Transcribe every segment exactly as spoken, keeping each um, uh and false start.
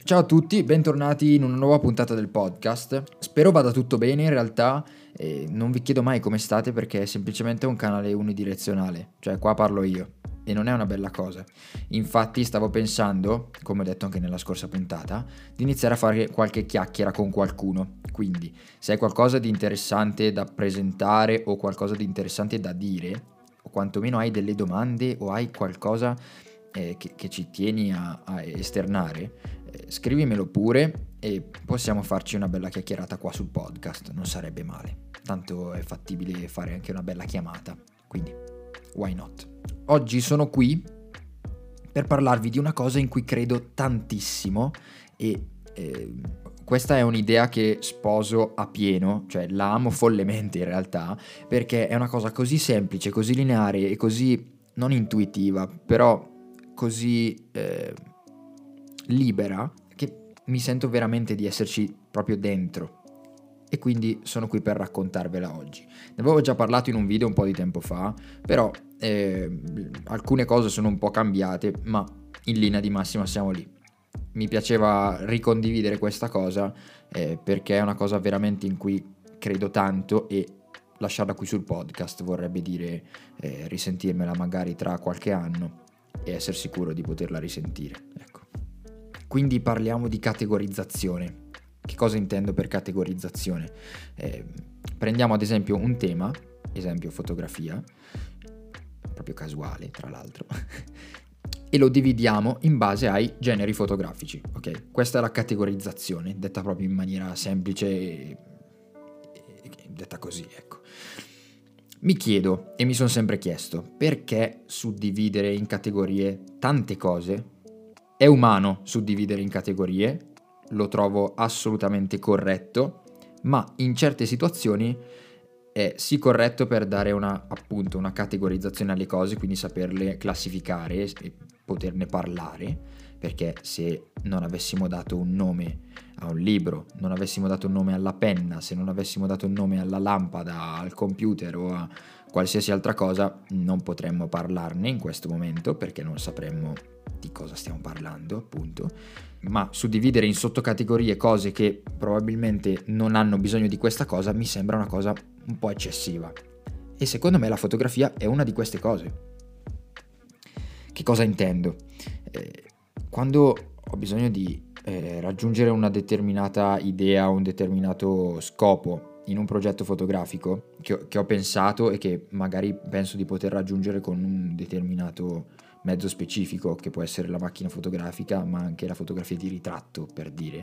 Ciao a tutti, bentornati in una nuova puntata del podcast. Spero vada tutto bene in realtà, e non vi chiedo mai come state perché è semplicemente un canale unidirezionale, cioè qua parlo io e non è una bella cosa. Infatti stavo pensando, come ho detto anche nella scorsa puntata, di iniziare a fare qualche chiacchiera con qualcuno. Quindi se hai qualcosa di interessante da presentare o qualcosa di interessante da dire, o quantomeno hai delle domande o hai qualcosa eh, che, che ci tieni a, a esternare, eh, scrivimelo pure e possiamo farci una bella chiacchierata qua sul podcast, non sarebbe male. Tanto è fattibile fare anche una bella chiamata, quindi why not? Oggi sono qui per parlarvi di una cosa in cui credo tantissimo e eh, questa è un'idea che sposo a pieno, cioè la amo follemente in realtà, perché è una cosa così semplice, così lineare e così non intuitiva, però così eh, libera che mi sento veramente di esserci proprio dentro. E quindi sono qui per raccontarvela oggi. Ne avevo già parlato in un video un po' di tempo fa, però eh, alcune cose sono un po' cambiate, ma in linea di massima siamo lì. Mi piaceva ricondividere questa cosa eh, perché è una cosa veramente in cui credo tanto e lasciarla qui sul podcast vorrebbe dire eh, risentirmela magari tra qualche anno e essere sicuro di poterla risentire. Ecco. Quindi parliamo di categorizzazione. Che cosa intendo per categorizzazione? Eh, prendiamo ad esempio un tema, esempio fotografia, proprio casuale tra l'altro, e lo dividiamo in base ai generi fotografici, ok? Questa è la categorizzazione, detta proprio in maniera semplice e, e detta così, ecco. Mi chiedo, e mi sono sempre chiesto, perché suddividere in categorie tante cose? È umano suddividere in categorie, lo trovo assolutamente corretto, ma in certe situazioni è sì corretto per dare una, appunto, una categorizzazione alle cose, quindi saperle classificare e poterne parlare, perché se non avessimo dato un nome a un libro, non avessimo dato un nome alla penna, se non avessimo dato un nome alla lampada, al computer o a qualsiasi altra cosa, non potremmo parlarne in questo momento perché non sapremmo di cosa stiamo parlando, appunto. Ma suddividere in sottocategorie cose che probabilmente non hanno bisogno di questa cosa mi sembra una cosa un po' eccessiva. E secondo me la fotografia è una di queste cose. Che cosa intendo? Eh, quando ho bisogno di eh, raggiungere una determinata idea, un determinato scopo in un progetto fotografico che ho, che ho pensato e che magari penso di poter raggiungere con un determinato mezzo specifico, che può essere la macchina fotografica, ma anche la fotografia di ritratto, per dire,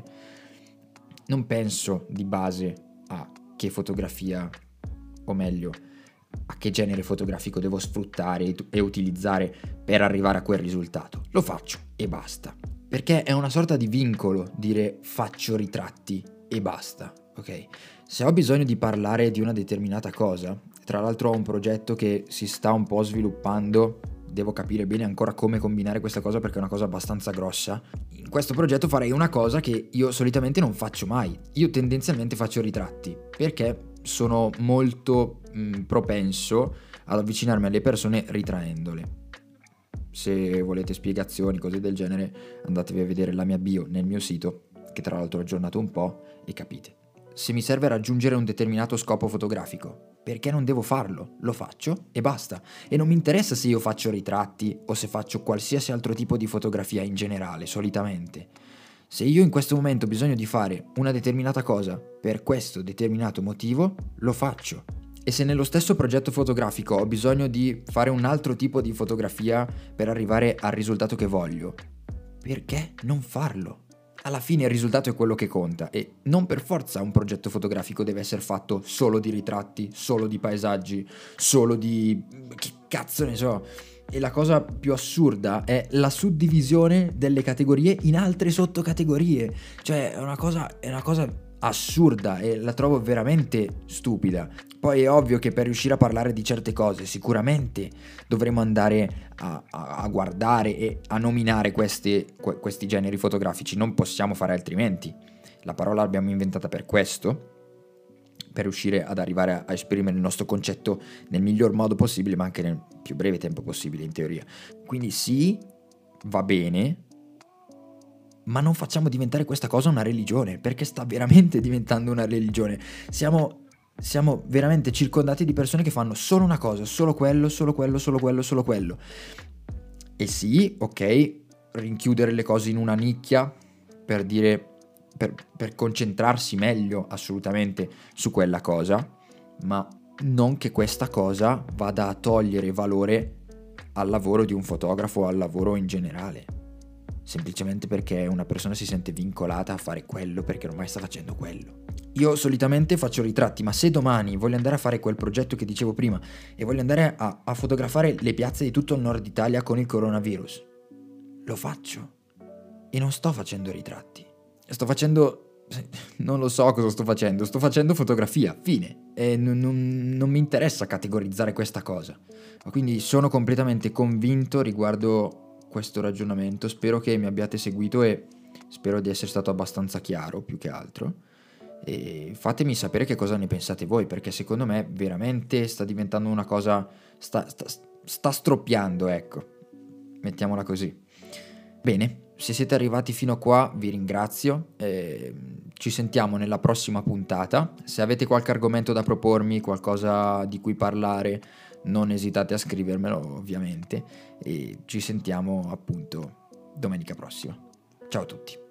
non penso di base a che fotografia, o meglio, a che genere fotografico devo sfruttare e utilizzare per arrivare a quel risultato. Lo faccio e basta. Perché è una sorta di vincolo dire faccio ritratti e basta, ok? Se ho bisogno di parlare di una determinata cosa, tra l'altro ho un progetto che si sta un po' sviluppando, devo capire bene ancora come combinare questa cosa perché è una cosa abbastanza grossa. In questo progetto farei una cosa che io solitamente non faccio mai. Io tendenzialmente faccio ritratti perché sono molto mh, propenso ad avvicinarmi alle persone ritraendole. Se volete spiegazioni, cose del genere, andatevi a vedere la mia bio nel mio sito, che tra l'altro ho aggiornato un po', e capite. Se mi serve raggiungere un determinato scopo fotografico, perché non devo farlo? Lo faccio e basta. E non mi interessa se io faccio ritratti o se faccio qualsiasi altro tipo di fotografia in generale, solitamente. Se io in questo momento ho bisogno di fare una determinata cosa per questo determinato motivo, lo faccio. E se nello stesso progetto fotografico ho bisogno di fare un altro tipo di fotografia per arrivare al risultato che voglio, perché non farlo? Alla fine il risultato è quello che conta e non per forza un progetto fotografico deve essere fatto solo di ritratti, solo di paesaggi, solo di... che cazzo ne so. E la cosa più assurda è la suddivisione delle categorie in altre sottocategorie. Cioè è una cosa, è una cosa assurda e la trovo veramente stupida. Poi è ovvio che per riuscire a parlare di certe cose sicuramente dovremo andare a, a, a guardare e a nominare questi, que, questi generi fotografici, non possiamo fare altrimenti. La parola l'abbiamo inventata per questo, per riuscire ad arrivare a, a esprimere il nostro concetto nel miglior modo possibile, ma anche nel più breve tempo possibile in teoria. Quindi sì, va bene, ma non facciamo diventare questa cosa una religione, perché sta veramente diventando una religione. Siamo, siamo veramente circondati di persone che fanno solo una cosa, solo quello, solo quello, solo quello, solo quello. E sì, ok, rinchiudere le cose in una nicchia per dire, per, per concentrarsi meglio assolutamente su quella cosa, ma non che questa cosa vada a togliere valore al lavoro di un fotografo o al lavoro in generale, semplicemente perché una persona si sente vincolata a fare quello perché ormai sta facendo quello. Io solitamente faccio ritratti, ma se domani voglio andare a fare quel progetto che dicevo prima e voglio andare a, a fotografare le piazze di tutto il nord Italia con il coronavirus, lo faccio. E non sto facendo ritratti. Sto facendo... non lo so cosa sto facendo. Sto facendo fotografia, fine. E non, non, non mi interessa categorizzare questa cosa. Quindi sono completamente convinto riguardo questo ragionamento. Spero che mi abbiate seguito e spero di essere stato abbastanza chiaro, più che altro. E fatemi sapere che cosa ne pensate voi, perché secondo me veramente sta diventando una cosa... sta, sta, sta stroppiando, ecco. Mettiamola così. Bene, se siete arrivati fino a qua vi ringrazio, eh, ci sentiamo nella prossima puntata. Se avete qualche argomento da propormi, qualcosa di cui parlare, non esitate a scrivermelo ovviamente, e ci sentiamo appunto domenica prossima. Ciao a tutti.